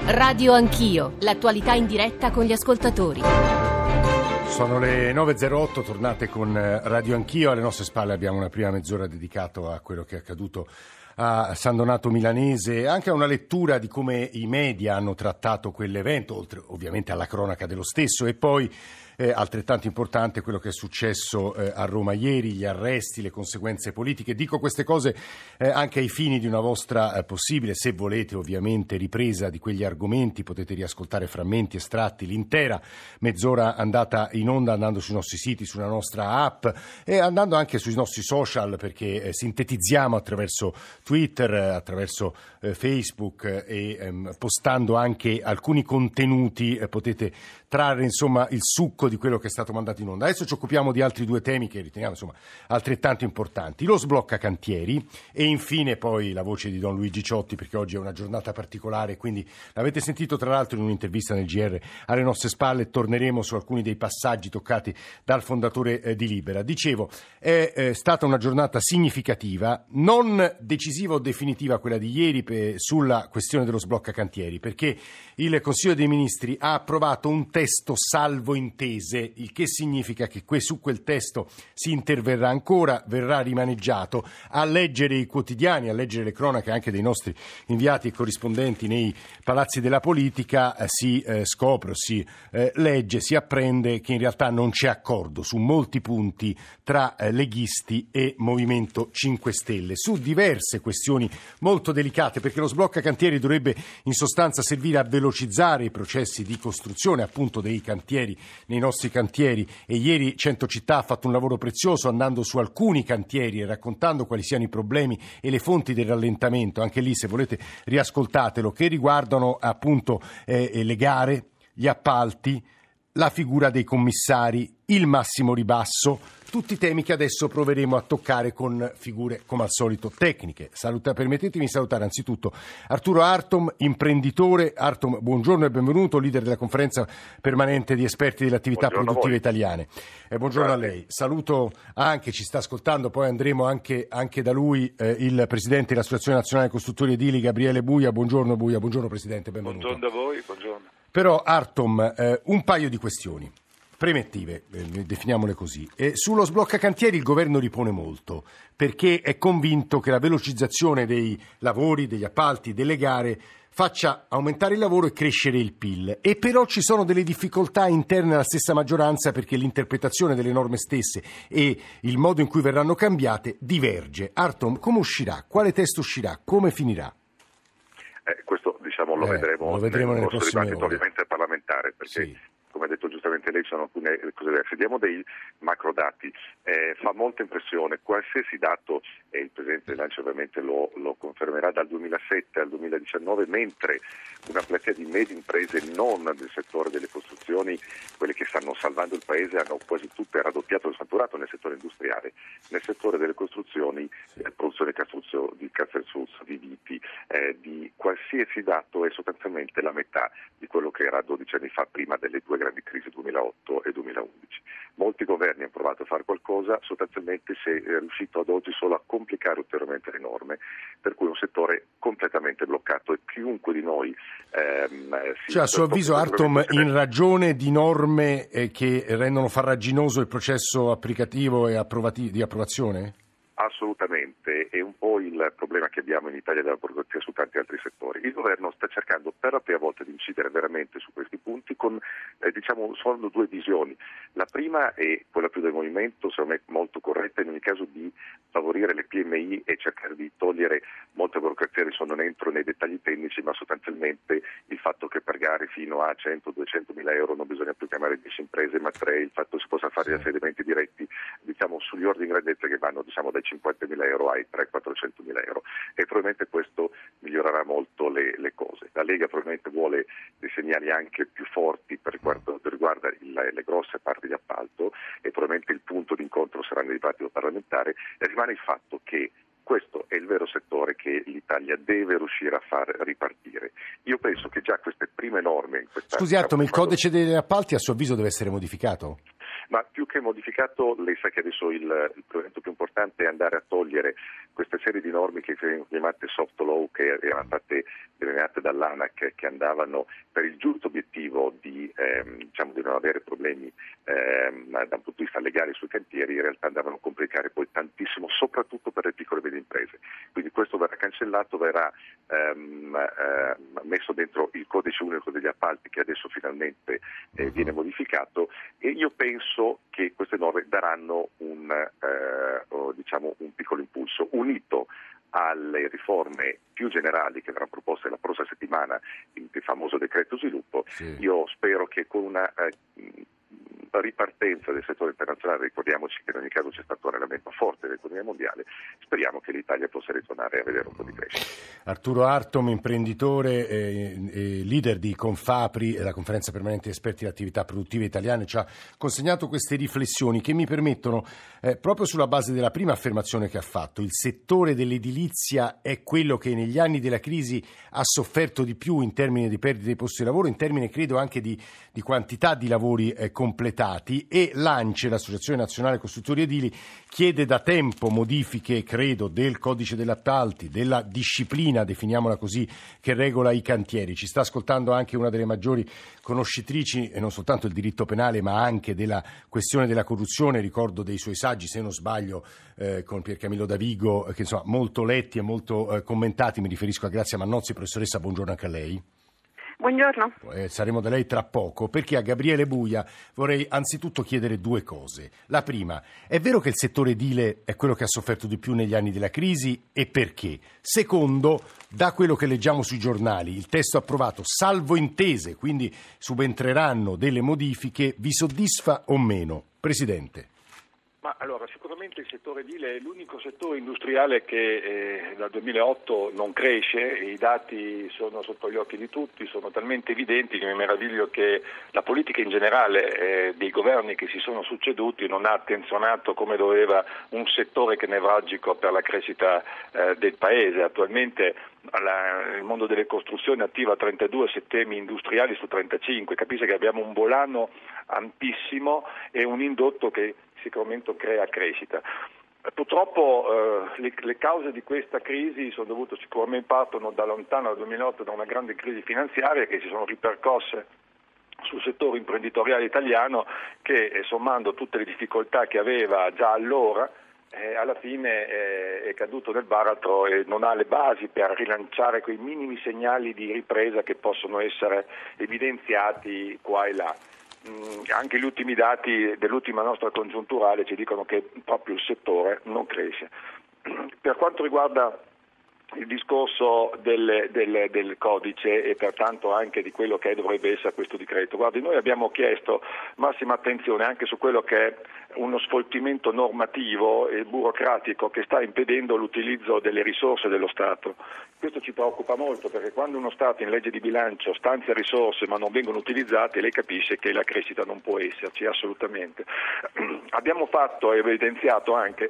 Radio Anch'io, l'attualità in diretta con gli ascoltatori. Sono le 9.08, tornate con Radio Anch'io. Alle nostre spalle abbiamo una prima mezz'ora dedicata a quello che è accaduto a San Donato Milanese, anche a una lettura di come i media hanno trattato quell'evento, oltre ovviamente alla cronaca dello stesso, e poi altrettanto importante quello che è successo a Roma ieri, gli arresti, le conseguenze politiche. Dico queste cose anche ai fini di una vostra possibile, se volete ovviamente, ripresa di quegli argomenti. Potete riascoltare frammenti, estratti, l'intera mezz'ora andata in onda andando sui nostri siti, sulla nostra app e andando anche sui nostri social, perché sintetizziamo attraverso Twitter, attraverso Facebook e postando anche alcuni contenuti potete trarre insomma il succo di quello che è stato mandato in onda. Adesso ci occupiamo di altri due temi che riteniamo insomma altrettanto importanti: lo sblocca cantieri e infine poi la voce di Don Luigi Ciotti, perché oggi è una giornata particolare, quindi l'avete sentito tra l'altro in un'intervista nel GR alle nostre spalle. Torneremo su alcuni dei passaggi toccati dal fondatore di Libera. Dicevo, è stata una giornata significativa, non decisiva o definitiva quella di ieri sulla questione dello sblocca cantieri, perché il Consiglio dei Ministri ha approvato un testo salvo intese, il che significa che su quel testo si interverrà ancora, verrà rimaneggiato. A leggere i quotidiani, a leggere le cronache anche dei nostri inviati e corrispondenti nei palazzi della politica, si scopre, si legge, si apprende che in realtà non c'è accordo su molti punti tra leghisti e Movimento 5 Stelle su diverse questioni molto delicate, perché lo sblocca cantieri dovrebbe in sostanza servire a velocizzare i processi di costruzione appunto dei cantieri, nei nostri cantieri, e ieri Centocittà ha fatto un lavoro prezioso andando su alcuni cantieri e raccontando quali siano i problemi e le fonti del rallentamento. Anche lì, se volete, riascoltatelo, che riguardano appunto le gare, gli appalti, la figura dei commissari, il massimo ribasso, tutti temi che adesso proveremo a toccare con figure come al solito tecniche. Permettetemi di salutare anzitutto Arturo Artom, imprenditore. Artom, buongiorno e benvenuto, leader della conferenza permanente di esperti delle attività produttive italiane. Buongiorno a lei. Saluto anche, ci sta ascoltando, poi andremo anche da lui, il presidente dell'Associazione Nazionale Costruttori Edili, Gabriele Buia. Buongiorno Buia, buongiorno presidente, benvenuto. Buongiorno a voi, buongiorno. Però Artom, un paio di questioni premettive, definiamole così. Sullo sblocca cantieri il governo ripone molto, perché è convinto che la velocizzazione dei lavori, degli appalti, delle gare faccia aumentare il lavoro e crescere il PIL. E però ci sono delle difficoltà interne alla stessa maggioranza, perché l'interpretazione delle norme stesse e il modo in cui verranno cambiate diverge. Artom, come uscirà? Quale testo uscirà? Come finirà? Questo lo vedremo nelle prossime dibattito ore. Ovviamente parlamentare, perché sì, come ha detto giustamente lei, sono alcune cose diverse. Diamo dei macrodati. Fa molta impressione qualsiasi dato, e il Presidente dell'ANCI ovviamente lo confermerà, dal 2007 al 2019, mentre una platea di medie imprese non del settore delle costruzioni, quelle che stanno salvando il Paese, hanno quasi tutte raddoppiato il fatturato nel settore industriale. Nel settore delle costruzioni, produzione di calcestruzzo, di viti, di qualsiasi dato è sostanzialmente la metà di quello che era 12 anni fa, prima delle due grandi crisi 2008 e 2011. Molti governi hanno provato a fare qualcosa, sostanzialmente si è riuscito ad oggi solo a complicare ulteriormente le norme, per cui un settore completamente bloccato, e chiunque di noi cioè, a suo avviso, Artom, in ragione di norme che rendono farraginoso il processo applicativo e di approvazione? Assolutamente, è un po' il problema che abbiamo in Italia della burocrazia su tanti altri settori. Il governo sta cercando per la prima volta di incidere veramente su questi punti con, sono due visioni. La prima è quella più del movimento, secondo me molto corretta, in ogni caso di favorire le PMI e cercare di togliere molte burocrazie. Adesso non entro nei dettagli tecnici, ma sostanzialmente il fatto che per gare fino a 100-200 mila euro non bisogna più chiamare 10 imprese ma 3, il fatto che si possa fare gli affidamenti diretti sugli ordini di grandezza che vanno dai 50.000 euro ai 300-400.000 euro, e probabilmente questo migliorerà molto le cose. La Lega probabilmente vuole dei segnali anche più forti per quanto riguarda le grosse parti di appalto, e probabilmente il punto d'incontro sarà nel dibattito parlamentare, e rimane il fatto che questo è il vero settore che l'Italia deve riuscire a far ripartire. Io penso che già queste prime norme in questa... Scusi Artom, il codice degli appalti a suo avviso deve essere modificato? Ma più che modificato, lei sa che adesso il progetto più importante è andare a togliere questa serie di norme che vengono chiamate soft law, che erano state delineate dall'ANAC, che andavano per il giusto obiettivo di non avere problemi da un punto di vista legale sui cantieri, in realtà andavano a complicare poi tantissimo, soprattutto per le piccole e medie imprese. Quindi questo verrà cancellato, verrà messo dentro il codice unico degli appalti, che adesso finalmente viene modificato, e io penso che queste norme daranno un piccolo impulso unito alle riforme più generali che verranno proposte la prossima settimana, il famoso decreto sviluppo. Sì. Io spero che con una ripartenza del settore internazionale, ricordiamoci che in ogni caso c'è stato un elemento forte dell'economia mondiale, speriamo che l'Italia possa ritornare a vedere un po' di crescita. Arturo Artom, imprenditore e leader di Confapri, la conferenza permanente esperti di attività produttive italiane, ci ha consegnato queste riflessioni che mi permettono, proprio sulla base della prima affermazione che ha fatto, il settore dell'edilizia è quello che negli anni della crisi ha sofferto di più in termini di perdita di posti di lavoro, in termini credo anche di quantità di lavori completati, e l'ANCE, l'Associazione Nazionale Costruttori Edili, chiede da tempo modifiche, credo, del codice degli appalti, della disciplina, definiamola così, che regola i cantieri. Ci sta ascoltando anche una delle maggiori conoscitrici, e non soltanto del diritto penale, ma anche della questione della corruzione. Ricordo dei suoi saggi, se non sbaglio, con Piercamillo Davigo, che insomma molto letti e molto commentati. Mi riferisco a Grazia Mannozzi. Professoressa, buongiorno anche a lei. Buongiorno. Saremo da lei tra poco, perché a Gabriele Buia vorrei anzitutto chiedere due cose. La prima, è vero che il settore edile è quello che ha sofferto di più negli anni della crisi, e perché? Secondo, da quello che leggiamo sui giornali, il testo approvato, salvo intese, quindi subentreranno delle modifiche, vi soddisfa o meno? Presidente. Ma allora, sicuramente il settore edile è l'unico settore industriale che dal 2008 non cresce, i dati sono sotto gli occhi di tutti, sono talmente evidenti che mi meraviglio che la politica in generale dei governi che si sono succeduti non ha attenzionato come doveva un settore che è nevralgico per la crescita del Paese. Attualmente il mondo delle costruzioni attiva 32 sistemi industriali su 35, capisce che abbiamo un volano ampissimo e un indotto che sicuramente crea crescita. Purtroppo le cause di questa crisi sono dovute sicuramente, partono da lontano, dal 2008, da una grande crisi finanziaria che si sono ripercosse sul settore imprenditoriale italiano, che sommando tutte le difficoltà che aveva già allora, alla fine è caduto nel baratro e non ha le basi per rilanciare quei minimi segnali di ripresa che possono essere evidenziati qua e là. Anche gli ultimi dati dell'ultima nostra congiunturale ci dicono che proprio il settore non cresce. Per quanto riguarda il discorso del codice e pertanto anche di quello che dovrebbe essere questo decreto, guardi, noi abbiamo chiesto massima attenzione anche su quello che è uno sfoltimento normativo e burocratico che sta impedendo l'utilizzo delle risorse dello Stato. Questo ci preoccupa molto, perché quando uno Stato in legge di bilancio stanzia risorse ma non vengono utilizzate, lei capisce che la crescita non può esserci assolutamente. Abbiamo fatto e evidenziato anche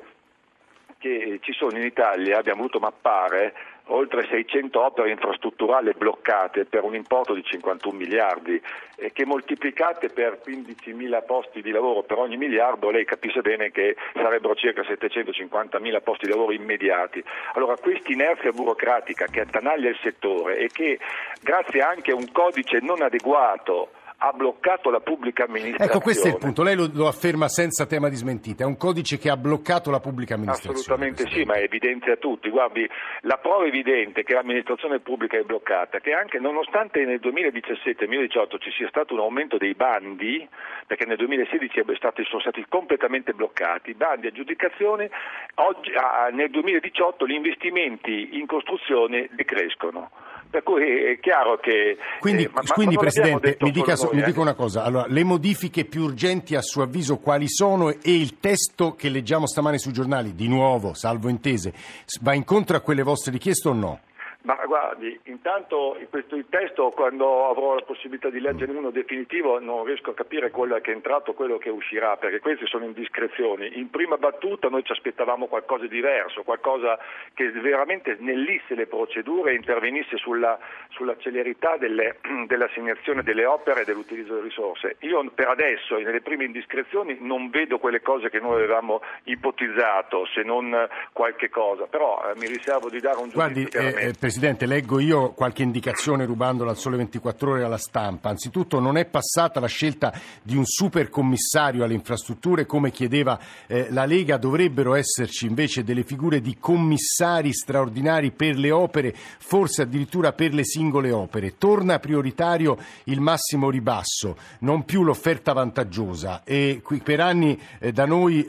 che ci sono in Italia, abbiamo voluto mappare oltre 600 opere infrastrutturali bloccate per un importo di 51 miliardi e che moltiplicate per 15.000 posti di lavoro per ogni miliardo, lei capisce bene che sarebbero circa 750.000 posti di lavoro immediati. Allora questa inerzia burocratica che attanaglia il settore e che grazie anche a un codice non adeguato ha bloccato la pubblica amministrazione. Ecco, questo è il punto, lei lo afferma senza tema di smentita, è un codice che ha bloccato la pubblica amministrazione. Assolutamente sì, ma è evidente a tutti. Guardi, la prova evidente che l'amministrazione pubblica è bloccata, che anche nonostante nel 2017-2018 ci sia stato un aumento dei bandi, perché nel 2016 sono stati completamente bloccati, bandi, aggiudicazioni, oggi nel 2018 gli investimenti in costruzione decrescono. Per cui è chiaro che... Quindi Presidente, mi dica una cosa. Allora, le modifiche più urgenti a suo avviso quali sono, e il testo che leggiamo stamane sui giornali, di nuovo, salvo intese, va incontro a quelle vostre richieste o no? Ma guardi, intanto il testo, quando avrò la possibilità di leggere uno definitivo, non riesco a capire quello che è entrato, quello che uscirà, perché queste sono indiscrezioni. In prima battuta noi ci aspettavamo qualcosa di diverso, qualcosa che veramente snellisse le procedure e intervenisse sulla celerità dell'assegnazione delle opere e dell'utilizzo delle risorse. Io per adesso, nelle prime indiscrezioni, non vedo quelle cose che noi avevamo ipotizzato, se non qualche cosa, però mi riservo di dare un giudizio chiaramente. Presidente, leggo io qualche indicazione rubandola al Sole 24 Ore alla stampa. Anzitutto non è passata la scelta di un super commissario alle infrastrutture come chiedeva la Lega, dovrebbero esserci invece delle figure di commissari straordinari per le opere, forse addirittura per le singole opere. Torna prioritario il massimo ribasso, non più l'offerta vantaggiosa, e qui per anni da noi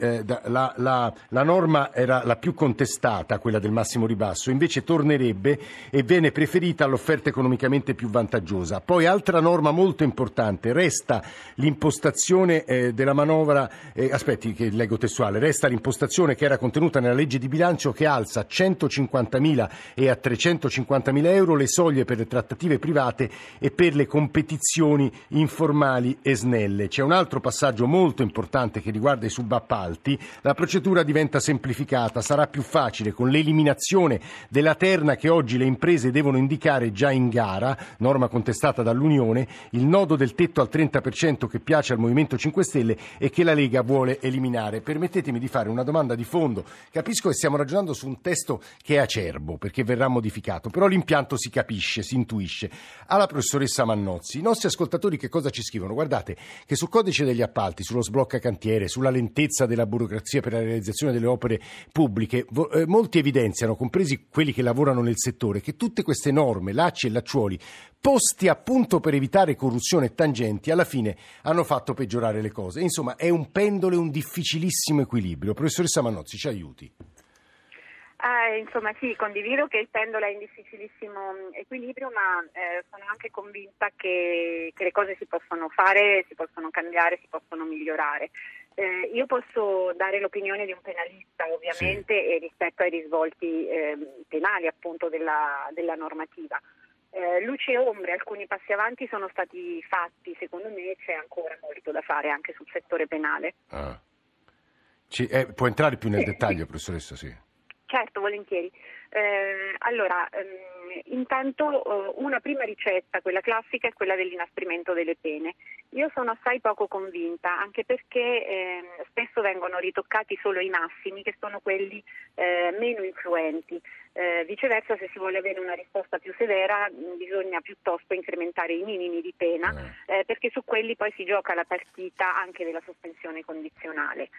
la norma era la più contestata, quella del massimo ribasso, invece tornerebbe e viene preferita all'offerta economicamente più vantaggiosa. Poi altra norma molto importante, resta l'impostazione della manovra, aspetti che leggo testuale, resta l'impostazione che era contenuta nella legge di bilancio che alza a 150.000 e a 350.000 euro le soglie per le trattative private e per le competizioni informali e snelle. C'è un altro passaggio molto importante che riguarda i subappalti, la procedura diventa semplificata, sarà più facile con l'eliminazione della terna che oggi le imprese devono indicare già in gara, norma contestata dall'Unione, il nodo del tetto al 30% che piace al Movimento 5 Stelle e che la Lega vuole eliminare. Permettetemi di fare una domanda di fondo. Capisco che stiamo ragionando su un testo che è acerbo perché verrà modificato, però l'impianto si capisce, si intuisce. Alla professoressa Mannozzi, i nostri ascoltatori che cosa ci scrivono? Guardate che sul codice degli appalti, sullo sblocca cantiere, sulla lentezza della burocrazia per la realizzazione delle opere pubbliche, molti evidenziano, compresi quelli che lavorano nel settore, che tutte queste norme, lacci e lacciuoli, posti appunto per evitare corruzione e tangenti, alla fine hanno fatto peggiorare le cose. Insomma, è un pendolo e un difficilissimo equilibrio. Professoressa Mannozzi, ci aiuti. Insomma sì, condivido che il pendolo è in difficilissimo equilibrio, ma sono anche convinta che le cose si possono fare, si possono cambiare, si possono migliorare. Io posso dare l'opinione di un penalista ovviamente, sì, e rispetto ai risvolti penali appunto della normativa. Luci e ombre, alcuni passi avanti sono stati fatti, secondo me c'è ancora molto da fare anche sul settore penale. Può entrare più nel dettaglio, professoressa? Sì. Certo, volentieri. Intanto una prima ricetta, quella classica, è quella dell'inasprimento delle pene. Io sono assai poco convinta, anche perché spesso vengono ritoccati solo i massimi, che sono quelli meno influenti. Viceversa, se si vuole avere una risposta più severa, bisogna piuttosto incrementare i minimi di pena, perché su quelli poi si gioca la partita anche della sospensione condizionale.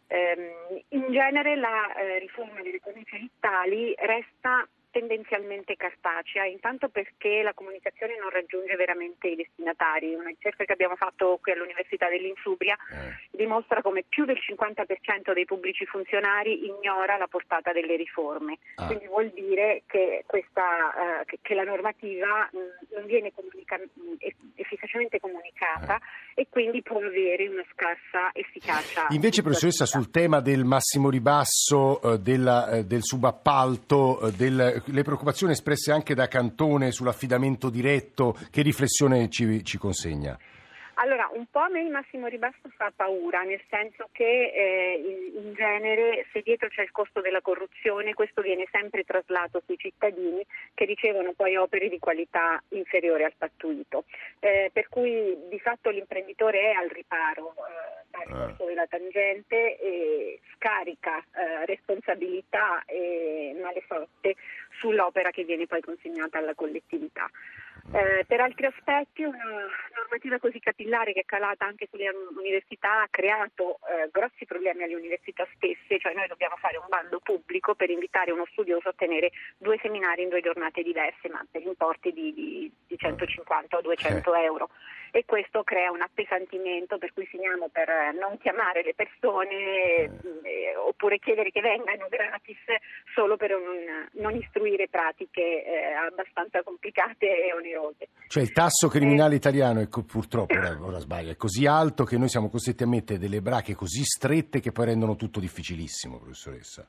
In genere la riforma delle cose fiscali resta tendenzialmente cartacea, intanto perché la comunicazione non raggiunge veramente i destinatari. Una ricerca che abbiamo fatto qui all'Università dell'Insubria dimostra come più del 50% dei pubblici funzionari ignora la portata delle riforme. Quindi vuol dire che che la normativa non viene efficacemente comunicata e quindi può avere una scarsa efficacia. Invece, professoressa, sul tema del massimo ribasso, del subappalto, le preoccupazioni espresse anche da Cantone sull'affidamento diretto, che riflessione ci consegna? Allora, un po' a me il massimo ribasso fa paura, nel senso che in genere, se dietro c'è il costo della corruzione, questo viene sempre traslato sui cittadini che ricevono poi opere di qualità inferiore al pattuito. Per cui di fatto l'imprenditore è al riparo dal costo della tangente e scarica responsabilità e malefatte sull'opera che viene poi consegnata alla collettività. Per altri aspetti una normativa così capillare che è calata anche sulle università ha creato grossi problemi alle università stesse, cioè noi dobbiamo fare un bando pubblico per invitare uno studioso a tenere 2 seminari in 2 giornate diverse, ma per importi di 150 o 200 euro, e questo crea un appesantimento, per cui finiamo per non chiamare le persone oppure chiedere che vengano gratis solo per non istruire pratiche abbastanza complicate e onerose. Cioè il tasso criminale italiano, purtroppo, ora sbaglio, è così alto che noi siamo costretti a mettere delle brache così strette che poi rendono tutto difficilissimo, professoressa.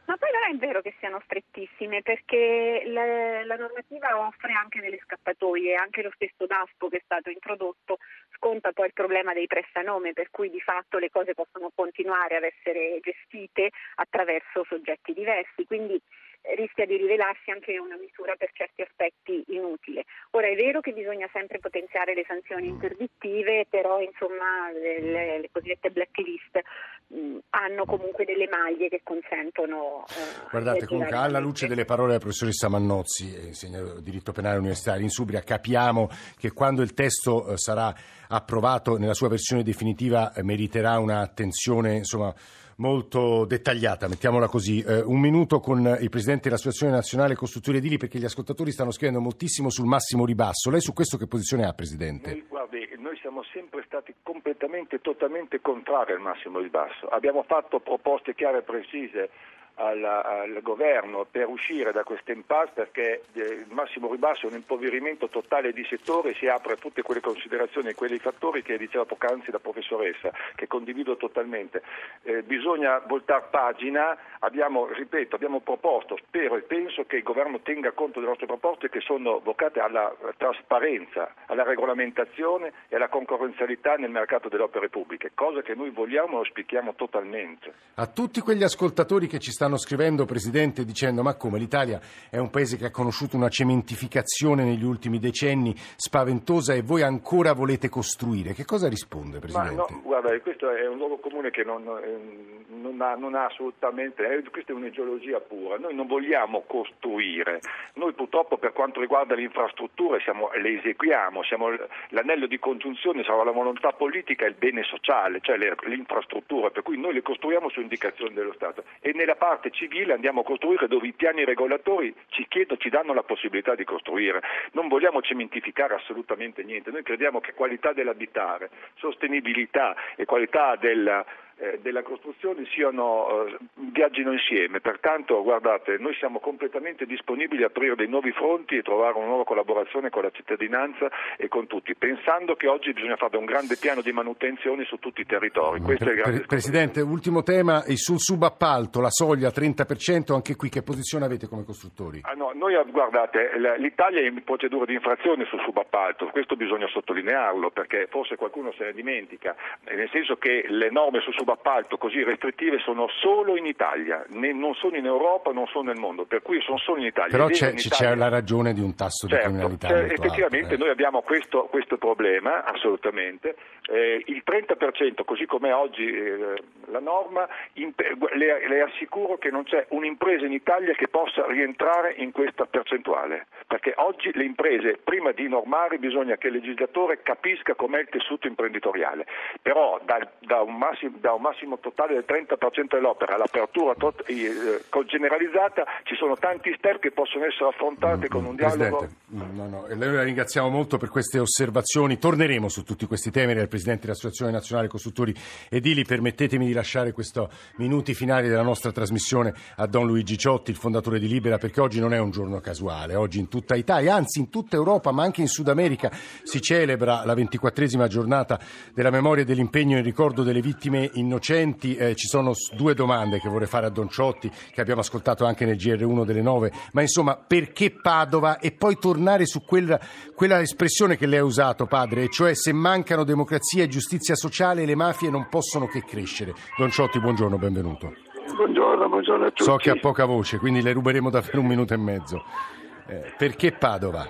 Ma poi non è vero che siano strettissime, perché la normativa offre anche delle scappatoie, anche lo stesso DASPO che è stato introdotto sconta poi il problema dei prestanome, per cui di fatto le cose possono continuare ad essere gestite attraverso soggetti diversi, quindi rischia di rivelarsi anche una misura per certi aspetti inutile. Ora è vero che bisogna sempre potenziare le sanzioni interdittive, però insomma le cosiddette blacklist hanno comunque delle maglie che consentono. Guardate, comunque alla luce delle parole della professoressa Mannozzi, insegna diritto penale universitario in Subria, capiamo che quando il testo sarà approvato nella sua versione definitiva meriterà un'attenzione insomma molto dettagliata, mettiamola così. Un minuto con il presidente dell'Associazione Nazionale Costruttori Edili, perché gli ascoltatori stanno scrivendo moltissimo sul massimo ribasso. Lei su questo che posizione ha, presidente? Noi siamo sempre stati completamente, totalmente contrari al massimo ribasso. Abbiamo fatto proposte chiare e precise al governo per uscire da questa impasse, perché il massimo ribasso è un impoverimento totale di settore, si apre a tutte quelle considerazioni e quei fattori che diceva poc'anzi la professoressa, che condivido totalmente. Bisogna voltare pagina, abbiamo proposto, spero e penso che il governo tenga conto delle nostre proposte, che sono vocate alla trasparenza, alla regolamentazione e alla concorrenzialità nel mercato delle opere pubbliche, cosa che noi vogliamo e auspichiamo totalmente. A tutti quegli ascoltatori che ci stanno scrivendo, presidente, dicendo ma come l'Italia è un paese che ha conosciuto una cementificazione negli ultimi decenni spaventosa e voi ancora volete costruire, che cosa risponde, presidente? No, guarda, questo è un luogo comune che non ha assolutamente, questa è un'ideologia pura. Noi non vogliamo costruire, noi purtroppo per quanto riguarda le infrastrutture le eseguiamo, siamo l'anello di congiunzione tra la volontà politica e il bene sociale, cioè le infrastrutture, per cui noi le costruiamo su indicazione dello Stato, e nella parte civile andiamo a costruire dove i piani regolatori ci danno la possibilità di costruire. Non vogliamo cementificare assolutamente niente, noi crediamo che qualità dell'abitare, sostenibilità e qualità della costruzione viaggino insieme. Pertanto guardate, noi siamo completamente disponibili a aprire dei nuovi fronti e trovare una nuova collaborazione con la cittadinanza e con tutti, pensando che oggi bisogna fare un grande piano di manutenzione su tutti i territori. Questo è il grande Presidente, ultimo tema, sul subappalto, la soglia 30%, anche qui che posizione avete come costruttori? Noi guardate, l'Italia è in procedura di infrazione sul subappalto, questo bisogna sottolinearlo, perché forse qualcuno se ne dimentica, nel senso che le norme sul subappalto così restrittive sono solo in Italia, non sono in Europa, non sono nel mondo, per cui sono solo in Italia. Però c'è la ragione di un tasso di criminalità molto effettivamente alto. Noi abbiamo questo problema, assolutamente. Il 30%, così come oggi la norma, le assicuro che non c'è un'impresa in Italia che possa rientrare in questa percentuale, perché oggi le imprese, prima di normare, bisogna che il legislatore capisca com'è il tessuto imprenditoriale, però da un massimo totale del 30% dell'opera all'apertura generalizzata ci sono tanti step che possono essere affrontati con un dialogo. E noi la ringraziamo molto per queste osservazioni. Torneremo su tutti questi temi del presidente dell'Associazione Nazionale Costruttori Edili. Permettetemi di lasciare questi minuti finali della nostra trasmissione a Don Luigi Ciotti, il fondatore di Libera, perché oggi non è un giorno casuale. Oggi in tutta Italia, anzi in tutta Europa, ma anche in Sud America, si celebra la 24esima giornata della memoria e dell'impegno in ricordo delle vittime innocenti. Ci sono due domande che vorrei fare a Don Ciotti, che abbiamo ascoltato anche nel GR1 delle 9, ma insomma, perché Padova? E poi tornare su quella espressione che lei ha usato, padre, e cioè se mancano democrazia e giustizia sociale le mafie non possono che crescere. Don Ciotti, buongiorno, benvenuto. Buongiorno a tutti. So che ha poca voce, quindi le ruberemo davvero un minuto e mezzo. Perché Padova?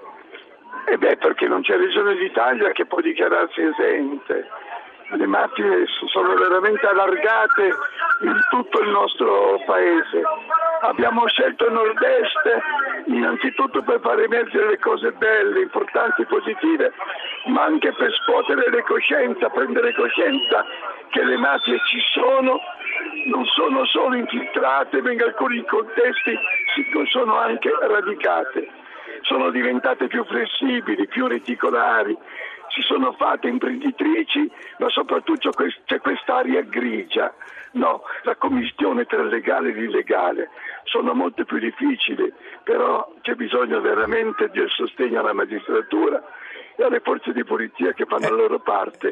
Perché non c'è regione d'Italia che può dichiararsi esente. Le mafie sono veramente allargate in tutto il nostro paese. Abbiamo scelto il nord-est innanzitutto per far emergere le cose belle, importanti, positive, ma anche per scuotere le coscienze, prendere coscienza che le mafie ci sono, non sono solo infiltrate, ma in alcuni contesti sono anche radicate. Sono diventate più flessibili, più reticolari, si sono fatte imprenditrici, ma soprattutto c'è quest'aria grigia. No, la commistione tra il legale e l'illegale sono molto più difficili, però c'è bisogno veramente del sostegno alla magistratura e alle forze di polizia che fanno la loro parte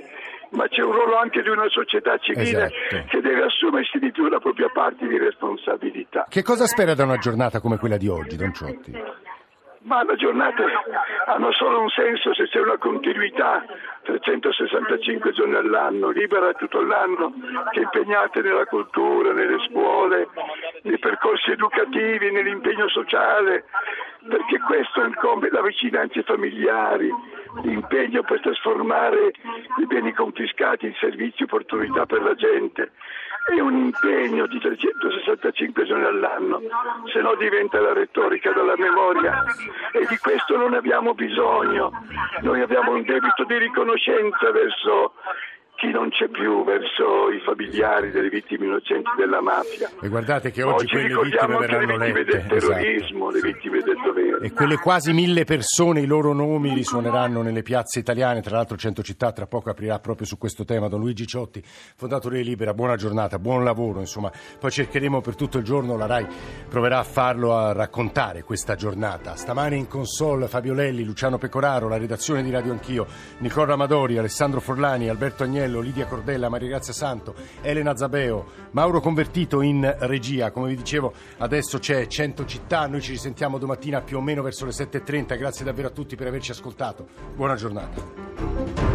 ma c'è un ruolo anche di una società civile che deve assumersi di più la propria parte di responsabilità. Che cosa spera da una giornata come quella di oggi, Don Ciotti? Ma le giornate hanno solo un senso se c'è una continuità, 365 giorni all'anno, libera tutto l'anno, che impegnate nella cultura, nelle scuole, nei percorsi educativi, nell'impegno sociale, perché questo incombe la vicinanza ai familiari, l'impegno per trasformare i beni confiscati in servizi e opportunità per la gente. È un impegno di 365 giorni all'anno, se no diventa la retorica della memoria, e di questo non abbiamo bisogno. Noi abbiamo un debito di riconoscenza verso chi non c'è più, verso i familiari delle vittime innocenti della mafia. E guardate che oggi quelle vittime verranno lette. Le vittime del terrorismo, le vittime del dovere. E quelle quasi 1000 persone, i loro nomi risuoneranno nelle piazze italiane. Tra l'altro Cento Città tra poco aprirà proprio su questo tema. Don Luigi Ciotti, fondatore di Libera, buona giornata, buon lavoro, insomma. Poi cercheremo per tutto il giorno, la RAI proverà a farlo, a raccontare questa giornata. Stamane in console Fabio Lelli, Luciano Pecoraro, la redazione di Radio Anch'io, Nicola Amadori, Alessandro Forlani, Alberto Agnello, Lidia Cordella, Maria Grazia Santo, Elena Zabeo, Mauro Convertito in regia. Come vi dicevo, adesso c'è Cento Città, noi ci risentiamo domattina più o meno verso le 7:30. Grazie davvero a tutti per averci ascoltato, buona giornata.